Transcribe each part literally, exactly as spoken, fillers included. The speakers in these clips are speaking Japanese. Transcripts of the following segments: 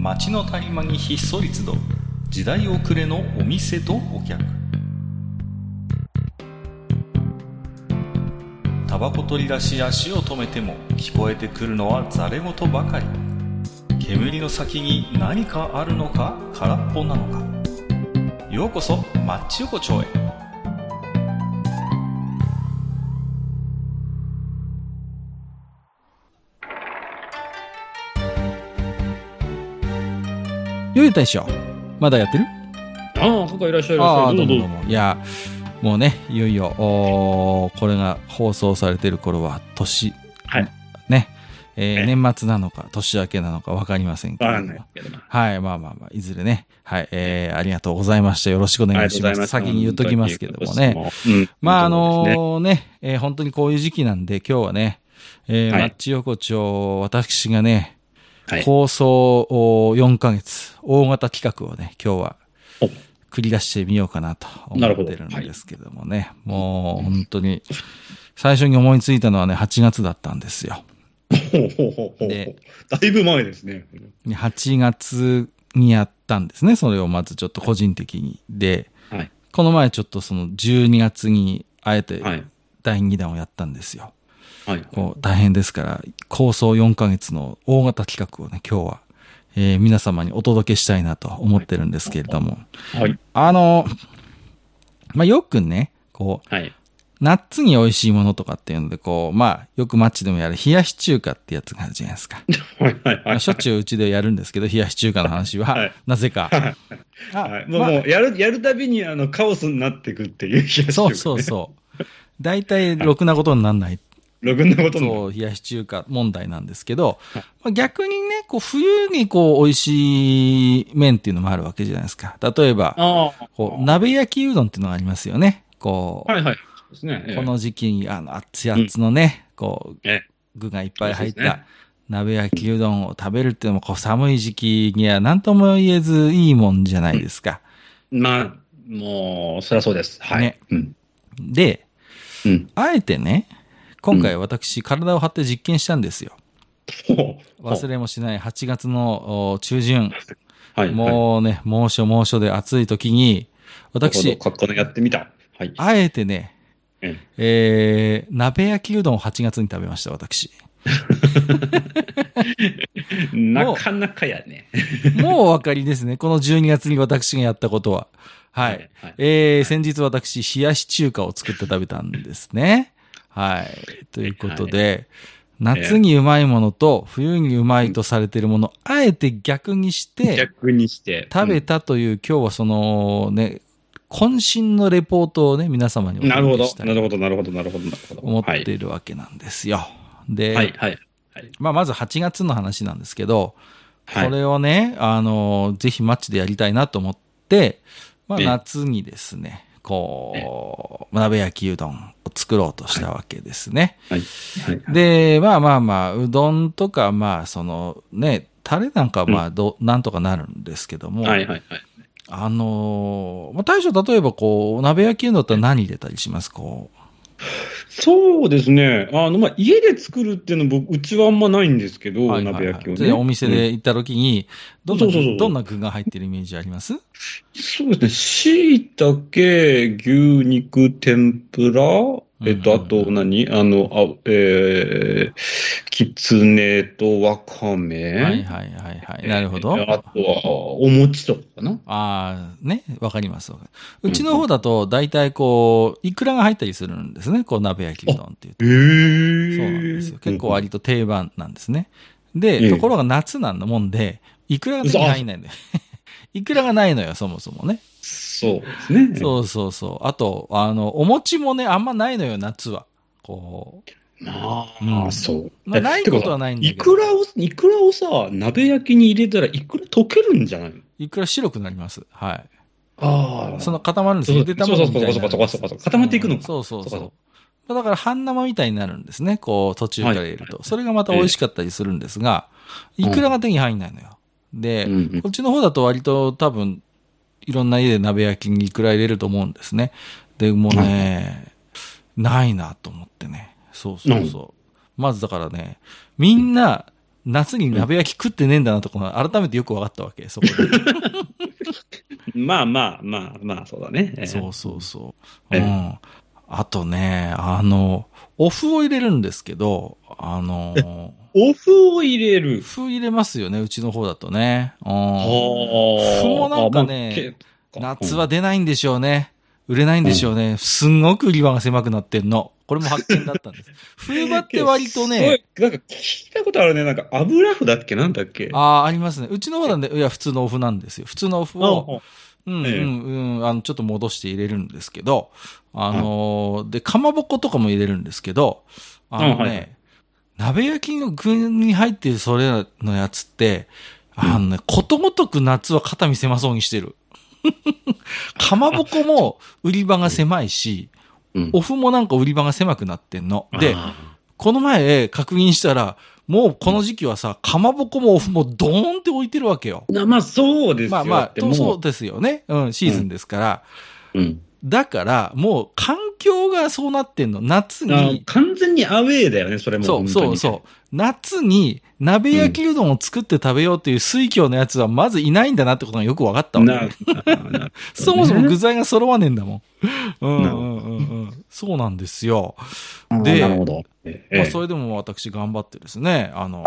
街の谷間にひっそり集う時代遅れのお店とお客。タバコ取り出し足を止めても聞こえてくるのはざれ言ばかり。煙の先に何かあるのか空っぽなのか。ようこそマッチ横丁へ。よい大将、まだやってる？ ああ、そうか、いらっしゃいらっしゃい。 どうもどうも。いや、もうね、いよいよ、おこれが放送されてる頃は年、 はい、 ね、えー、年末なのか年明けなのか分かりませんけども、 分かんないけどな。 はい、まあまあまあ、いずれね、はい、えー、ありがとうございました。よろしくお願いします。先に言っときますけどもね。うん、まあ、あのー、ね、えー、本当にこういう時期なんで、今日はね、えーはい、マッチ横丁、私がね、はい、放送よんかげつ、大型企画をね、今日は繰り出してみようかなと思ってるんですけどもね。はい、もう本当に、最初に思いついたのはね、はちがつだったんですよ。 で、だいぶ前ですね。 はちがつにやったんですね。それをまずちょっと個人的に。で、はい、この前ちょっとそのじゅうにがつにあえてだいにだんをやったんですよ。はい、こう大変ですから、構想よんかげつの大型企画をね、今日は、えー、皆様にお届けしたいなと思ってるんですけれども。はい。あの、まあ、よくね、こう、はい、夏に美味しいものとかっていうので、こう、まあ、よくマッチでもやる冷やし中華ってやつがあるじゃないですか。はいはいはい、はい。しょっちゅううちでやるんですけど、冷やし中華の話は、はい、なぜか。はいはい、もう、まあ、もうやる、やるたびにあの、カオスになっていくっていう冷やし中華、ね。 そうそうそう。大体、ろくなことにならない。 ろくなことにそう、冷やし中華問題なんですけど、まあ、逆にね、こう、冬にこう、美味しい麺っていうのもあるわけじゃないですか。例えば、こう、鍋焼きうどんっていうのがありますよね。こう、はいはい。ですね、この時期に、あの、熱々のね、うん、こう、具がいっぱい入った鍋焼きうどんを食べるっていうのも、こう、寒い時期には何とも言えずいいもんじゃないですか。 うん、まあ、もう、そりゃそうです。はい。ね、 うん、で、うん、あえてね、今回私、体を張って実験したんですよ。忘れもしないはちがつの中旬。はい、もうね、猛暑猛暑で暑い時に、私、 やってみた。はい、 あえてね、ええー、鍋焼きうどんをはちがつに食べました、私。 なかなかやね。 もうお分かりですね。このじゅうにがつに私がやったことは。はい。はいはい、えー、先日私、冷やし中華を作って食べたんですね。はい。ということで、はい、夏にうまいものと冬にうまいとされているもの、うん、あえて逆にして、 逆にして、 食べたという、うん、今日はそのね、渾身のレポートをね、皆様にお届けしたい。 なるほど、なるほど、なるほど、なるほど。 思っているわけなんですよ。はい、で、 はい、はい。はい、 まあ、まずはちがつの話なんですけど、これをね、あの、ぜひマッチでやりたいなと思って、まあ、夏にですね、こう、鍋焼きうどんを作ろうとしたわけですね。はいはいはい、で、まあまあまあ、うどんとか、まあ、そのね、タレなんかはまあど、うん、なんとかなるんですけども、はいはいはい、あのー、まあ、大将、例えばこう、鍋焼きうどんって何入れたりします？こう。 そうですね。あの、まあ、家で作るっていうの僕、うちはあんまないんですけど、はいはいはい、鍋焼きをね。 お店で行った時に、どんな、そうそうそう、どんな具が入ってるイメージあります？ そうですね。椎茸、牛肉、天ぷら、えっと、あと何、あの、あ、えー、きつねとわかめ。 はいはいはいはい。なるほど。 あとは、お餅とかかな。 ああ、ね。わかります。うちの方だと、大体こう、イクラが入ったりするんですね。こう、鍋焼きうどんっていうと。へー。 そうなんですよ。結構割と定番なんですね。で、ところが夏なんだもんで、イクラが手に入んないんだよ。イクラがないのよ、そもそもね。 そうですね。 そうそうそう。あと、あの、お餅もね、あんまないのよ、夏は。こう。 ああ、うん、そう。 まあ、ないことはないんだけど。 イクラを、イクラをさ、鍋焼きに入れたら、イクラ溶けるんじゃないの？ イクラ白くなります。はい。 ああ。 その固まるんですよ。ゆで卵みたいな。 そうそうそうそうそう。固まっていくのか、うん。 そうそうそう。だから半生みたいになるんですね。こう、途中から入れると。はい、それがまた美味しかったりするんですが、えー、イクラが手に入んないのよ。で、うんうん、こっちの方だと割と多分、いろんな家で鍋焼きにイクラ入れると思うんですね。で、もうね、ないなと思ってね。そうそうそう。まずだからね、みんな、 夏に鍋焼き食ってねえんだなとか、改めてよく分かったわけ、そこで。 まあまあまあまあ、そうだね。えー、 そうそうそう。うん。あとね、あの、お麩を入れるんですけど、あの、 お麩を入れる麩入れますよね、うちの方だとね。うん。麩もなんかね、夏は出ないんでしょうね。売れないんでしょうね。うん、すんごく売り場が狭くなってんの。これも発見だったんです。冬場って割とね。 なんか聞いたことあるね。なんか油麩だっけなんだっけ。 ああ、ありますね。うちの方なんで、いや、普通のお麩なんですよ。普通のお麩を、うんうんうん、あの、ちょっと戻して入れるんですけど、あのー、で、かまぼことかも入れるんですけど、あのね、はい、鍋焼きの具に入っているそれのやつって、あのね、ことごとく夏は肩身狭そうにしてる。かまぼこも売り場が狭いし、うん、お麩もなんか売り場が狭くなってんの。で、この前確認したら、もうこの時期はさ、かまぼこもお麩もドーンって置いてるわけよ。 まあそうですよ。 まあまあ、そうですよね。うん、シーズンですから。うん。だから、もう環境がそうなってんの。夏に。 完全にアウェーだよね、それも。 そうそうそう。夏に鍋焼きうどんを作って食べようっていう水郷のやつはまずいないんだなってことがよく分かったわけ、ね。なそもそも具材が揃わねえんだもん。うんうんうんうん。そうなんですよ。で、 なるほど。 ええ、まあ、それでも私頑張ってですね、あの、はい、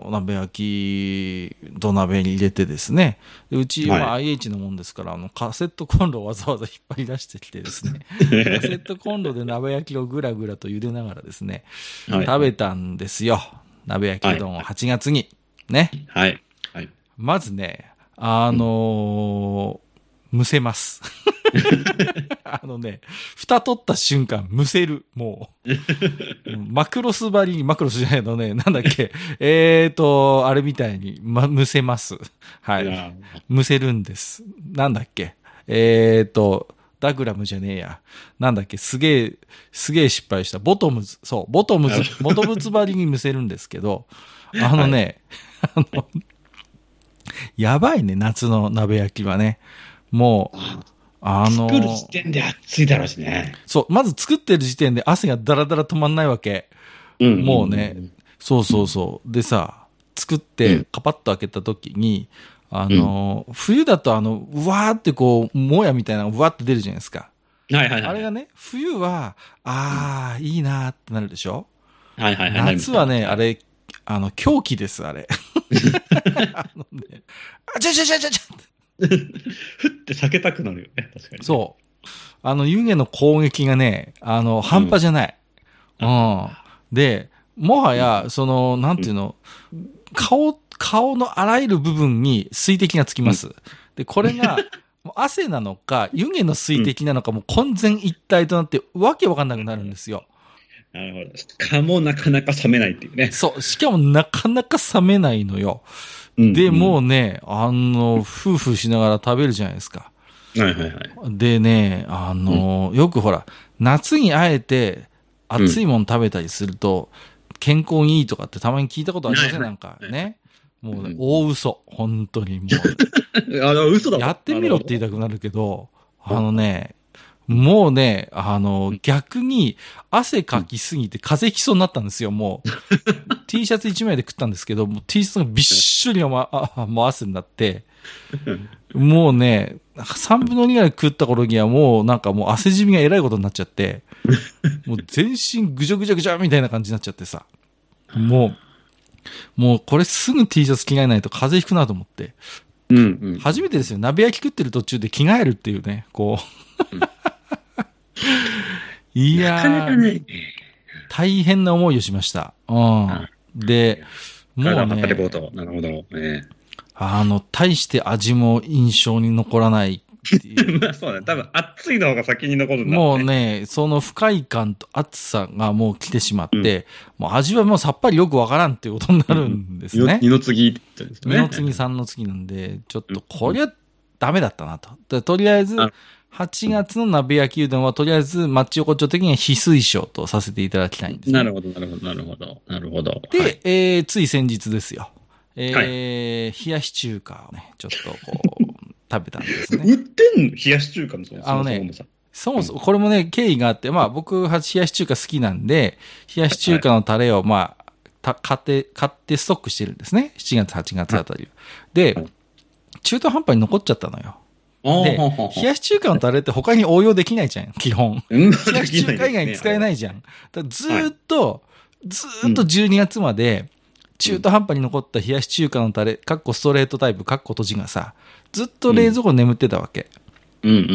鍋焼き、土鍋に入れてですね、うちは アイエイチ のもんですから、あの、カセットコンロをわざわざ引っ張り出してきてですね、カセットコンロで鍋焼きをぐらぐらと茹でながらですね、はい、食べたんですよ。鍋焼きうどんをはちがつに。ね。 はい。はい。 まずね、あのー、蒸せます。あのね、蓋取った瞬間、蒸せる。もう。マクロス張りに、マクロスじゃないのね、なんだっけ。えーと、あれみたいに、ま、蒸せます。はい。蒸せるんです。なんだっけ。えーと、ダグラムじゃねえや。なんだっけ、すげえ、すげえ失敗した。ボトムズ、そう、ボトムズ、ボトムズ張りに蒸せるんですけど、あのね、はい、あの、やばいね、夏の鍋焼きはね。もう、あのー、 作る時点で暑いだろうしね。 そう、まず作ってる時点で汗がダラダラ止まんないわけ。うん、もうね、うん、そうそうそう。でさ、作ってカパッと開けた時に、あのー、うん、冬だとあの、うわーってこう、もやみたいなのがうわーって出るじゃないですか。 はいはいはい。 あれがね、冬は、あー、うん、いいなーってなるでしょ。 はいはいはい。 夏はね、あれ、あの、狂気です、あれ。あのね、あちゃちゃちゃちゃちゃふって避けたくなるよね、確かに。 そう。あの、湯気の攻撃がね、あの、半端じゃない。うん。うん、で、もはや、その、なんていうの、うん、顔、顔のあらゆる部分に水滴がつきます。うん、で、これが、汗なのか、湯気の水滴なのか、もう混然一体となって、わけわかんなくなるんですよ。 なるほど。しかもなかなか冷めないっていうね。 そう。しかもなかなか冷めないのよ。で、もうね、あの、夫婦しながら食べるじゃないですか。 はいはいはい。 でね、あの、うん、よくほら、夏にあえて熱いもの食べたりすると、健康にいいとかってたまに聞いたことありません、なんかね。もうね、大嘘。本当にもう。あの、嘘だ。 やってみろって言いたくなるけど、あのね、もうね、あの、逆に汗かきすぎて風邪ひきそうになったんですよ、もう。T シャツいちまいで食ったんですけど、もう T シャツがびっしょりもう汗になって、もうね、さんぶんのにぐらい食った頃にはもうなんかもう汗じみがえらいことになっちゃって、もう全身ぐじゃぐじゃぐじゃみたいな感じになっちゃってさ、もう、もうこれすぐ T シャツ着替えないと風邪ひくなと思って、 うんうん、 初めてですよ、鍋焼き食ってる途中で着替えるっていうね、こう。うんいやー、なかなかね、大変な思いをしました。うん。で、もうね、 なるほど、なるほど、ね。 あの、大して味も印象に残らないっていう。 まあそうね、多分熱いのが先に残るんだ、ね。 もうね、その不快感と熱さがもう来てしまって、うん、もう味はもうさっぱりよくわからんっていうことになるんですね。 二の次って言うんですね。 二の次三の次なんで、ちょっとこりゃダメだったなと。でとりあえず、はちがつの鍋焼きうどんはとりあえずマッチ横丁的には非推奨とさせていただきたいんです、ね。 なるほど、なるほど、なるほど、なるほど。 で、はい、えー、つい先日ですよ。えー、はい、冷やし中華をね、ちょっとこう、食べたんですね。 売ってんの冷やし中華のそもそもあのね、そもそも、これもね、経緯があって、まあ僕は冷やし中華好きなんで、冷やし中華のタレをまあ、 た買って、買ってストックしてるんですね。しちがつ、はちがつあたり。はい、で、中途半端に残っちゃったのよ。で、冷やし中華のタレって他に応用できないじゃん、基本。冷やし中華以外に使えないじゃん。だずーっと、はい、ずーっとじゅうにがつまで、中途半端に残った冷やし中華のタレ、かっこストレートタイプ、かっこ閉じがさ、ずっと冷蔵庫に眠ってたわけ。 うんうんうんうん。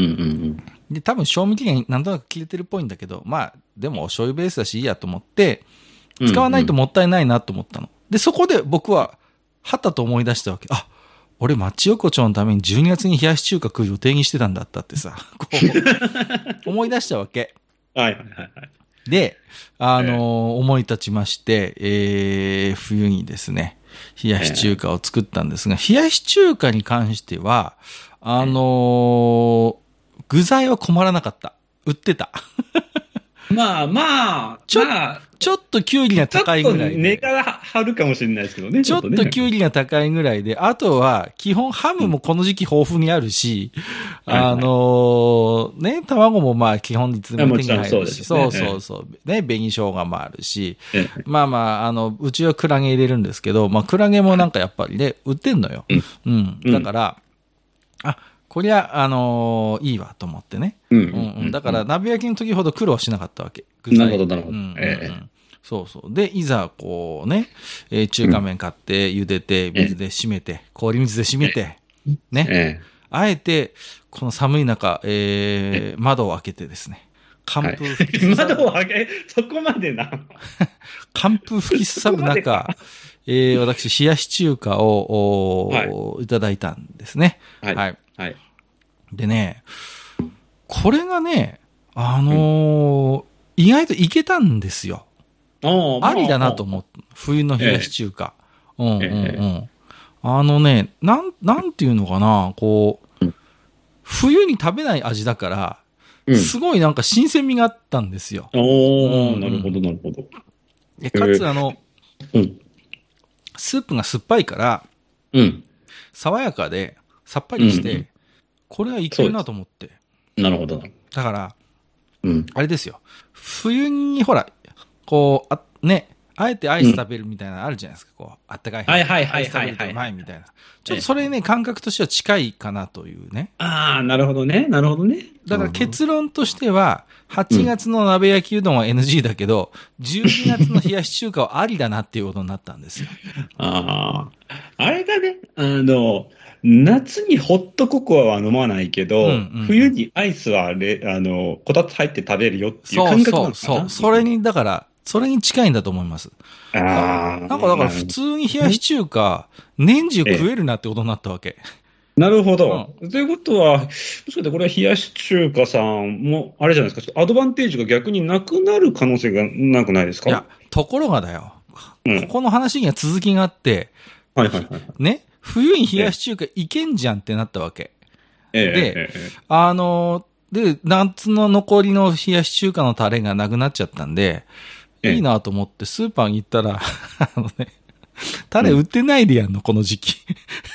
で、多分賞味期限なんとなく切れてるっぽいんだけど、まあ、でもお醤油ベースだしいいやと思って、使わないともったいないなと思ったの。で、そこで僕は、はたと思い出したわけ。あ、俺、町横丁のためにじゅうにがつに冷やし中華食う予定にしてたんだったってさ、こう、思い出したわけ。 はいはいはい。 で、あのーえー、思い立ちまして、えー、冬にですね、冷やし中華を作ったんですが、冷やし中華に関しては、あのー、具材は困らなかった。売ってた。 まあまあ、 ちょ、 まあ、 ちょっとキュウリが高いぐらいで。 値が張るかもしれないですけどね。 ちょっとキュウリが高いぐらいで、あとは、基本ハムもこの時期豊富にあるし、うん、あのー、ね、卵もまあ基本率でも手に入るし、そうそうそう。ね、紅生姜もあるし、まあまあ、あの、うちはクラゲ入れるんですけど、まあクラゲもなんかやっぱりね、売ってんのよ。うん。うん、だから、あ、こりゃ、あのー、いいわと思ってね。うんうんうん、だから、鍋焼きの時ほど苦労しなかったわけ。 なるほど、なるほど。 うんうんうんえー、そうそう。で、いざ、こうね、えー、中華麺買って、茹でて、水で締めて、氷水で締めて、ね。えー、あえて、この寒い中、えー、窓を開けてですね。寒風吹きすさぶ。 窓を開け、そこまでな。 寒風吹きすさぶ中、えー、私、冷やし中華を、はい、いただいたんですね。 はい。はいはい、 でね、これがね、あのーうん、意外といけたんですよ。ありだなと思って、冬の冷やし中華。ええ、うんうんうん、ええ。あのね、なん、なんていうのかな、こう、うん、冬に食べない味だから、うん、すごいなんか新鮮味があったんですよ。 おー、うん、なるほどなるほど。 でかつあの、えーうん、スープが酸っぱいから、うん、爽やかで、さっぱりして、うんうん、これはいけるなと思って。 なるほど。 だから、うん、あれですよ。冬に、ほら、こう、あ、ね、あえてアイス食べるみたいなのあるじゃないですか。こう、あったかい。 はいはいはいはい、はい。 アイス食べるとうまいみたいな。ちょっとそれね、感覚としては近いかなというね。 ああ、なるほどね。なるほどね。 だから結論としては、はちがつの鍋焼きうどんは エヌジー だけど、うん、じゅうにがつの冷やし中華はありだなっていうことになったんですよ。 ああ。あれがね、あの、夏にホットココアは飲まないけど、うんうんうん、冬にアイスはレあのこたつ入って食べるよっていう感覚なのかな。 そうそうそう。それに、だから、それに近いんだと思います。ああ。なんかだから普通に冷やし中華、年中食えるなってことになったわけ。 なるほど。うん、ということは、もしかしてこれは冷やし中華さんも、あれじゃないですか、アドバンテージが逆になくなる可能性がなくないですか？いや、 ところがだよ。うん、ここの話には続きがあって、 はいはいはい。 ね。冬に冷やし中華いけんじゃんってなったわけ。 ええ、 で、ええ、あの、で、夏の残りの冷やし中華のタレがなくなっちゃったんで、ええ、いいなと思ってスーパーに行ったら、あのね、タレ売ってないでやんの、この時期。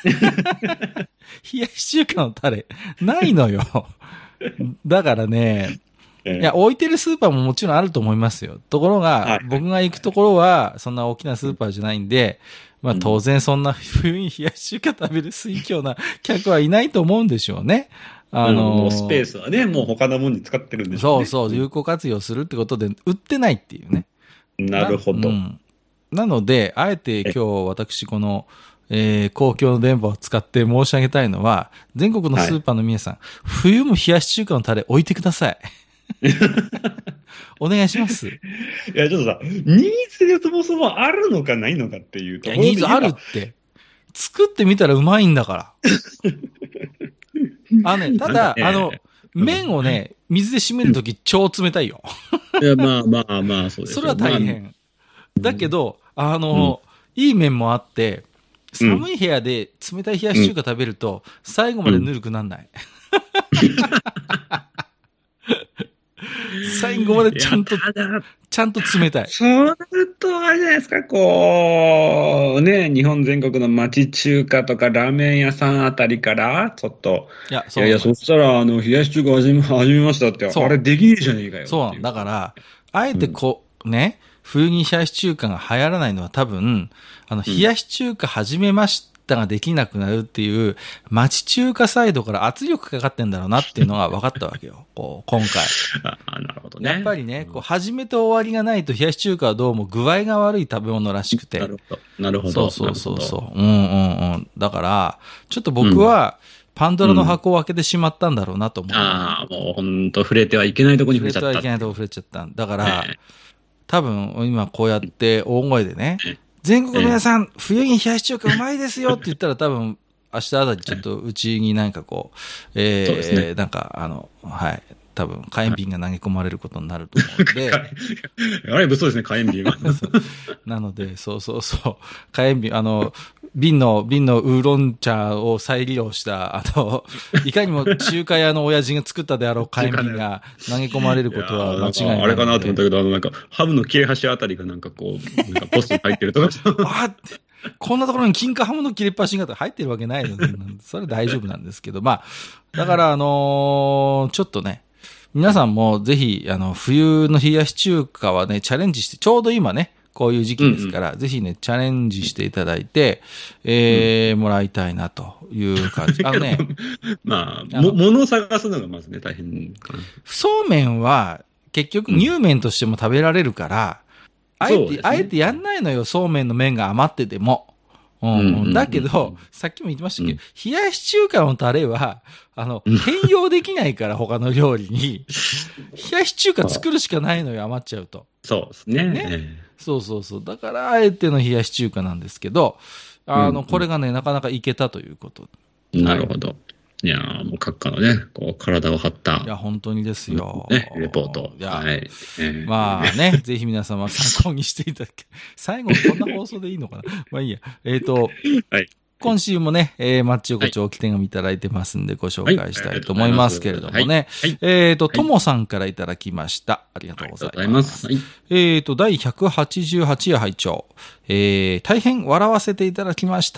冷やし中華のタレ、ないのよ。だからね、いや、置いてるスーパーももちろんあると思いますよ。ところが、はい、僕が行くところは、そんな大きなスーパーじゃないんで、まあ当然そんな冬に冷やし中華食べる水郷な客はいないと思うんでしょうね。 あのー、もうスペースはね、もう他のものに使ってるんでしょうね。 そうそう、有効活用するってことで、売ってないっていうね。 なるほど。 な、うん、なので、あえて今日私この、えー、公共の電波を使って申し上げたいのは、全国のスーパーの皆さん、はい、冬も冷やし中華のタレ置いてください。お願いします。いや、ちょっとさ、ニーズがそもそもあるのかないのかっていうところで。 いや、ニーズあるって。作ってみたらうまいんだから。あのね、ただ、あの、麺をね、水で締めるとき超冷たいよ。 いや、まあまあまあ、そうです。 それは大変。まあ、だけど、あの、うん、いい麺もあって、寒い部屋で冷たい冷やし中華食べると、最後までぬるくなんない。最後までちゃんと、ちゃんと冷たい。 そうなると、あれじゃないですか、こう、ね、日本全国の町中華とかラーメン屋さんあたりから、ちょっと、いや、そういやいや、そしたら、あの、冷やし中華始め、始めましたって、あれできねえじゃねえかよ。 そうなんだから、あえてこう、うん、ね、 冬に冷やし中華が流行らないのは多分、あの、冷やし中華始めましたができなくなるっていう、町中華サイドから圧力かかってんだろうなっていうのが分かったわけよ。こう、今回。 あ、なるほどね。 やっぱりね、こう、始めと終わりがないと冷やし中華はどうも具合が悪い食べ物らしくて。 なるほど。なるほど。 そうそうそうそう。うんうんうん。だから、ちょっと僕は、パンドラの箱を開けてしまったんだろうなと思う。 うん、ああ、もう本当触れてはいけないとこに触れちゃった。 触れてはいけないとこ触れちゃった。だから、えー、多分今こうやって大声でね、えー、全国の皆さん、えー、冬に冷やし中華うまいですよって言ったら多分、明日あたりちょっとうちになんかこう、えー、そうですね、なんかあの、はい。多分、火炎瓶が投げ込まれることになると思うので。 あれ、物騒ですね、火炎瓶は。 なので、そうそうそう。火炎瓶、あの、瓶の、瓶のウーロン茶を再利用した、あの、いかにも中華屋の親父が作ったであろう火炎瓶が投げ込まれることは間違いない。 あれかなと思ったけど、あの、なんか、ハムの切れ端あたりがなんかこう、なんかポストに入ってるとか。 あって。こんなところに金貨ハムの切れっ端が入ってるわけないので、それ大丈夫なんですけど、まあ、だからあのー、ちょっとね、皆さんもぜひ、あの、冬の冷やし中華はね、チャレンジして、ちょうど今ね、こういう時期ですから、うんうん、ぜひね、チャレンジしていただいて、えー、うん、もらいたいなという感じ。あのね、 まあ、も、物を探すのがまずね、大変かな。 そうめんは、結局、乳麺としても食べられるから、うん、あえて、ね、あえてやんないのよ、そうめんの麺が余ってても。うんうんうん、だけど、さっきも言ってましたけど、うん、冷やし中華のタレは、あの、転用できないから、他の料理に。冷やし中華作るしかないのよ、余っちゃうと。 そうですね。 ね。そうそうそう。だから、あえての冷やし中華なんですけど、あの、うんうん、これがね、なかなかいけたということ。 なるほど。いやー、もう閣下のね、こう、体を張った。 いや、本当にですよ。 ね、レポート。 いや、はい。えー、まあね、ぜひ皆様参考にしていただけ。最後こんな放送でいいのかなまあいいや。えっ、ー、と、はい。今週もね、えー、マッチ横丁置き手紙いただいてますんで、ご紹介したいと思いますけれどもね。はいはい、えっ、ー、と、ともさんからいただきました。ありがとうございます。はい、えっ、ー、と、だいひゃくはちじゅうはち夜拝聴えー、大変笑わせていただきました。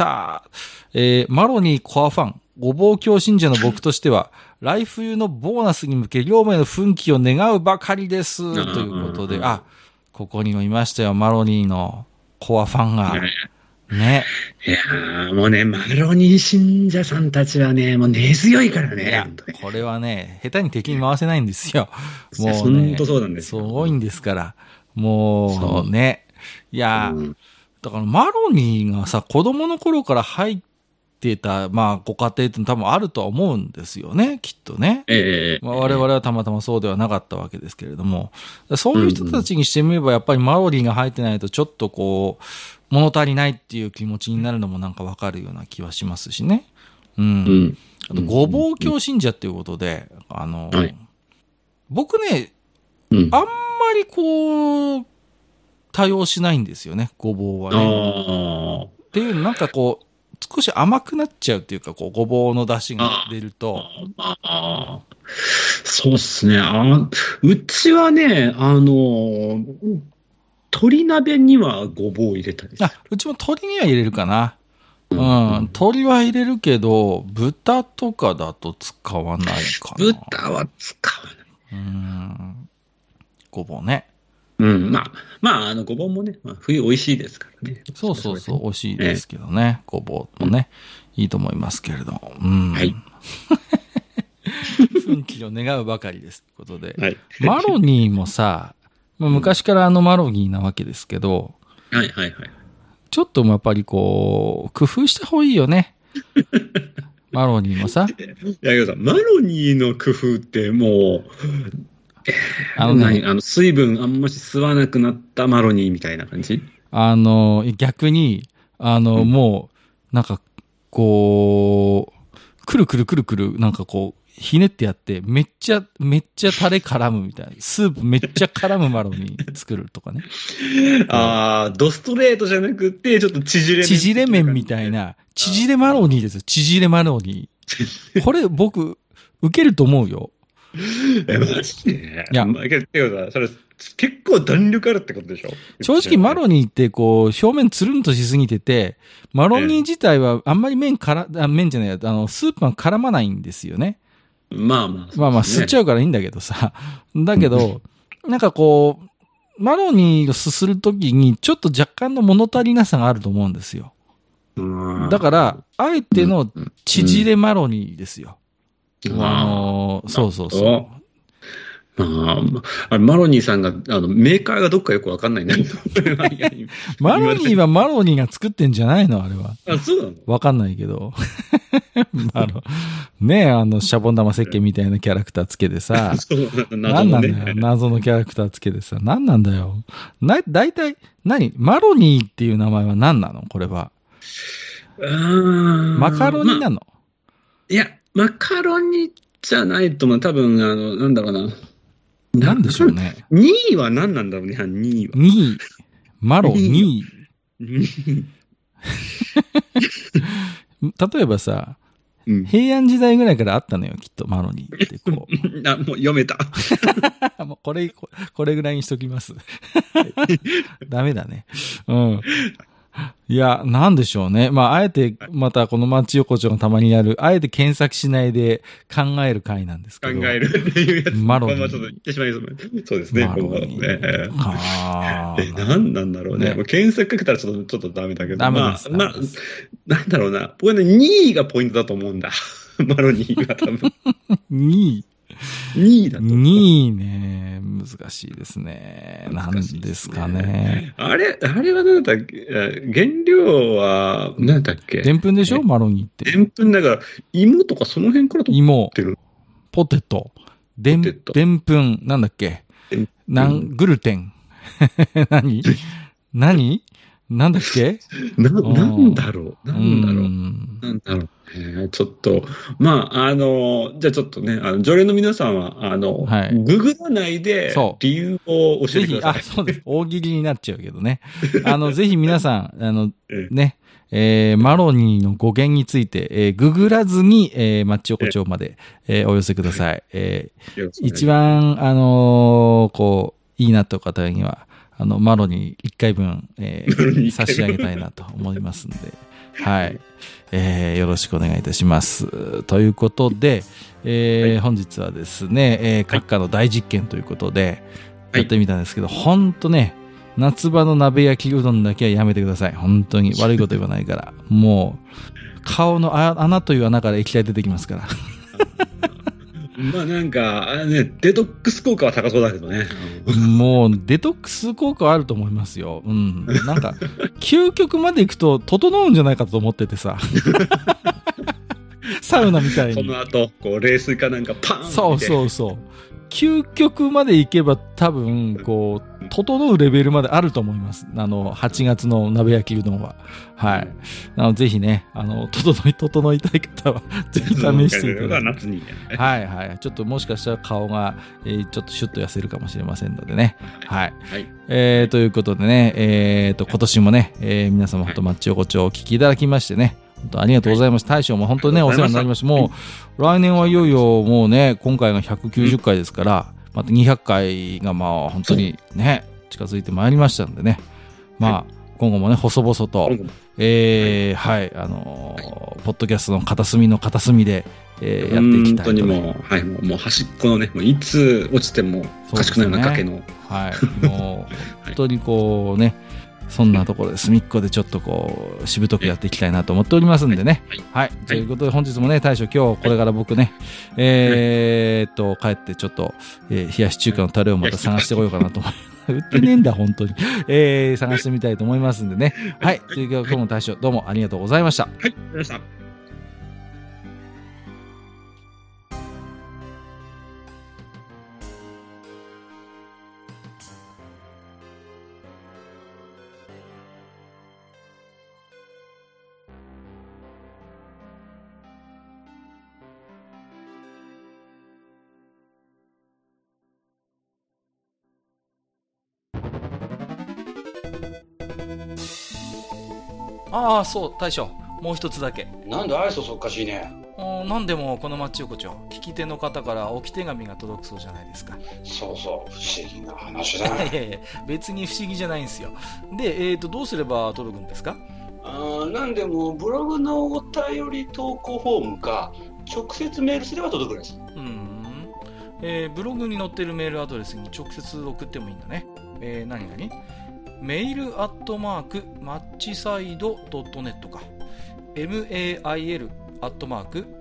えー、マロニーコアファン、ごぼう教信者の僕としては、来冬のボーナスに向け、両名の奮起を願うばかりです。ということで、あ、ここにもいましたよ、マロニーのコアファンが。ね。 いやー、もうね、マロニー信者さんたちはね、もう根強いからね。いや、 これはね、下手に敵に回せないんですよ。もう、 ね。本当そうなんですよ。すごいんですから。もう、ね。いや、うん、だからマロニーがさ、子供の頃から入ってた、まあ、ご家庭って多分あるとは思うんですよね、きっとね。 ええまあ、我々はたまたまそうではなかったわけですけれども、そういう人たちにしてみれば、やっぱりマロニーが入ってないとちょっとこう、物足りないっていう気持ちになるのもなんかわかるような気はしますしね。うん。うん、あと、ごぼう教信者っていうことで、あの、はい、僕ね、うん、あんまりこう、多用しないんですよね、ごぼうはね。っていう、なんかこう、少し甘くなっちゃうっていうか、こう、ごぼうの出汁が出ると。 ああそうっすね。あうちはね、あの、鶏鍋にはごぼう入れたりする。 あ、うちも鶏には入れるかな。うん。うん、鶏は入れるけど、豚とかだと使わないかな。 豚は使わない。 うん。ごぼうね。 うん。まあ、まあ、あの、ごぼうもね、まあ、冬美味しいですからね。 そうそうそう、美味しいですけどね。ごぼうもね、うん、いいと思いますけれども。うん。はい。奮起を願うばかりです。ということで。はい。マロニーもさ、まあ、昔からあのマロニーなわけですけど、 はいはいはい。 ちょっとやっぱりこう、工夫した方がいいよね。マロニーもさ。 いや、いやさ、マロニーの工夫ってもう、あのね、あの水分あんまし吸わなくなったマロニーみたいな感じ？ あの、逆に、あの、うん、もう、なんか、こう、くるくるくるくる、なんかこう、ひねってやって、めっちゃ、めっちゃタレ絡むみたいな。スープめっちゃ絡むマロニー作るとかね。 ああ、ドストレートじゃなくて、ちょっと縮れ麺。 縮れ麺みたいな。縮れマロニーですよ。縮れマロニー。これ僕、受けると思うよ。 え、マジで？いや、まあ、けどそれ結構弾力あるってことでしょ？ 正直マロニーってこう、表面つるんとしすぎてて、マロニー自体はあんまり麺から、あ、麺じゃない、あの、スープが絡まないんですよね。 まあまあ、ね。 まあまあ、吸っちゃうからいいんだけどさ。だけど、なんかこう、 マロニーをすするときに、ちょっと若干の物足りなさがあると思うんですよ。だから、あえての縮れマロニーですよ。うん、あのー、そうそうそう。 ああ、マロニーさんが、あの、メーカーがどっかよくわかんないね。 マロニーはマロニーが作ってんじゃないのあれは。 あ、そうなのわかんないけど。あの、ねえ、あの、シャボン玉石鹸みたいなキャラクターつけてさ。 そうなんなんだよ。謎のキャラクターつけてさ。なんなんだよ。な、だいたい、何マロニーっていう名前は何なのこれは。マカロニなの、ま、 いや、マカロニじゃないと思う。多分、あの、なんだろうな。 なんでしょうね。 にいは何なんだろうね、にいは。 にい。マロにい。例えばさ、うん、平安時代ぐらいからあったのよ、きっと、マロニーってこう。あ、もう読めた。 もうこれ、これぐらいにしときます。ダメだね。うん。いや、なんでしょうね。まあ、あえて、またこの町横丁がたまにやる、あえて検索しないで考える回なんですけど。 考えるっていうやつ。 マロニー。 まあ、ちょっと言ってしまいそう。そうですね。 マロニー。 ね、 あえ、なんなんだろうね。ね検索かけたらちょっと、ちょっとダメだけど。 ダメです。 まあ、まあ、なんだろうな。僕はね、にいがポイントだと思うんだ。マロニーが多分。 にい。 にいだと。 にいね。難しいですね。なんですかね。 あれ、あれは何だっけ原料は、何だっけでんぷんでしょマロニーって。 でんぷんだから、芋とかその辺から取ってる。 芋。ポテト。でん、でんぷん。なんだっけなん、グルテン。何何なんだっけな、なんだろうなんだろうなんだろうえー、ちょっと、まあ、あの、じゃあちょっとね、あの、常連の皆さんは、あの、はい、ググらないで、理由を教えてください。 ぜひ、あ、そうです。大喜利になっちゃうけどね。あの、ぜひ皆さん、あの、ね、えー、マロニーの語源について、えー、ググらずに、えー、マッチ横丁まで、えー、お寄せください。えー、一番、あのー、こう、いいなという方には、あの、マロにいっかいぶん、えー、差し上げたいなと思いますんで、はい。えー、よろしくお願いいたします。ということで、えーはい、本日はですね、えー、閣下の大実験ということで、やってみたんですけど、はい、ほんとね、夏場の鍋焼きうどんだけはやめてください。本当に悪いこと言わないから。もう、顔の穴という穴から液体出てきますから。 まあなんか、あれね、デトックス効果は高そうだけどね。 もう、デトックス効果はあると思いますよ。うん。なんか、究極まで行くと、整うんじゃないかと思っててさ。サウナみたいに。 その後、こう、冷水かなんかパーンって。 そうそうそう。究極まで行けば多分、こう、整うレベルまであると思います。あの、はちがつの鍋焼きうどんは。はい。なので、ぜひね、あの、整い、整いたい方は、ぜひ試していただいて。 夏に。 はいはい。ちょっともしかしたら顔が、えー、ちょっとシュッと痩せるかもしれませんのでね。はい。はい、えー、ということでね、えーと、今年もね、えー、皆様ほんとマッチ横丁をお聞きいただきましてね、本当ありがとうございました。大将も本当にね、お世話になりました。もう、来年はいよいよもうね、今回がひゃくきゅうじゅっかいですから、またにひゃっかいがまあ本当にね、近づいてまいりましたんでね。まあ、今後もね、細々と、えー、はい、あのー、ポッドキャストの片隅の片隅で、えー、やっていきたいと、ね。 本当にもう、はい、もう端っこのね、もういつ落ちてもおかしくないような崖の。ね、 はい、もう、本当にこうね、そんなところで隅っこでちょっとこう、しぶとくやっていきたいなと思っておりますんでね。はい。はいはい、ということで本日もね、大将今日これから僕ね、はい、えーっと、帰ってちょっと、えー、冷やし中華のタレをまた探してこようかなと思います。売ってねえんだ、本当に。えー、探してみたいと思いますんでね。はい。ということで今日も大将どうもありがとうございました。はい、 ありがとうございました。 ああ、そう、大将。もう一つだけ。 なんで愛想そっかしいね。 なんでもこの町横丁、聞き手の方から置き手紙が届くそうじゃないですか。 そうそう、不思議な話だね。 いやいや、別に不思議じゃないんですよ。で、えーと、どうすれば届くんですか？ あなんでも、ブログのお便り投稿フォームか、直接メールすれば届くんです。 うん。えー、ブログに載ってるメールアドレスに直接送ってもいいんだね。 えー、何々メールアットマークマッチサイドドットネットか。mail アットマーク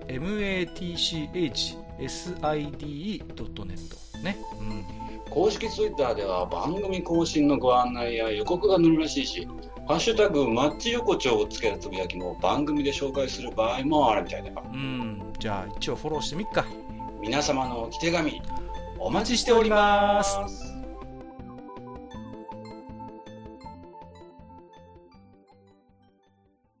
matchside ね。うん。 公式ツイッターでは番組更新のご案内や予告が載るらしいし、ハッシュタグマッチ横丁をつけたつぶやきも番組で紹介する場合もあるみたいだよ。 うん。じゃあ一応フォローしてみっか。 皆様のお手紙お待ちしております。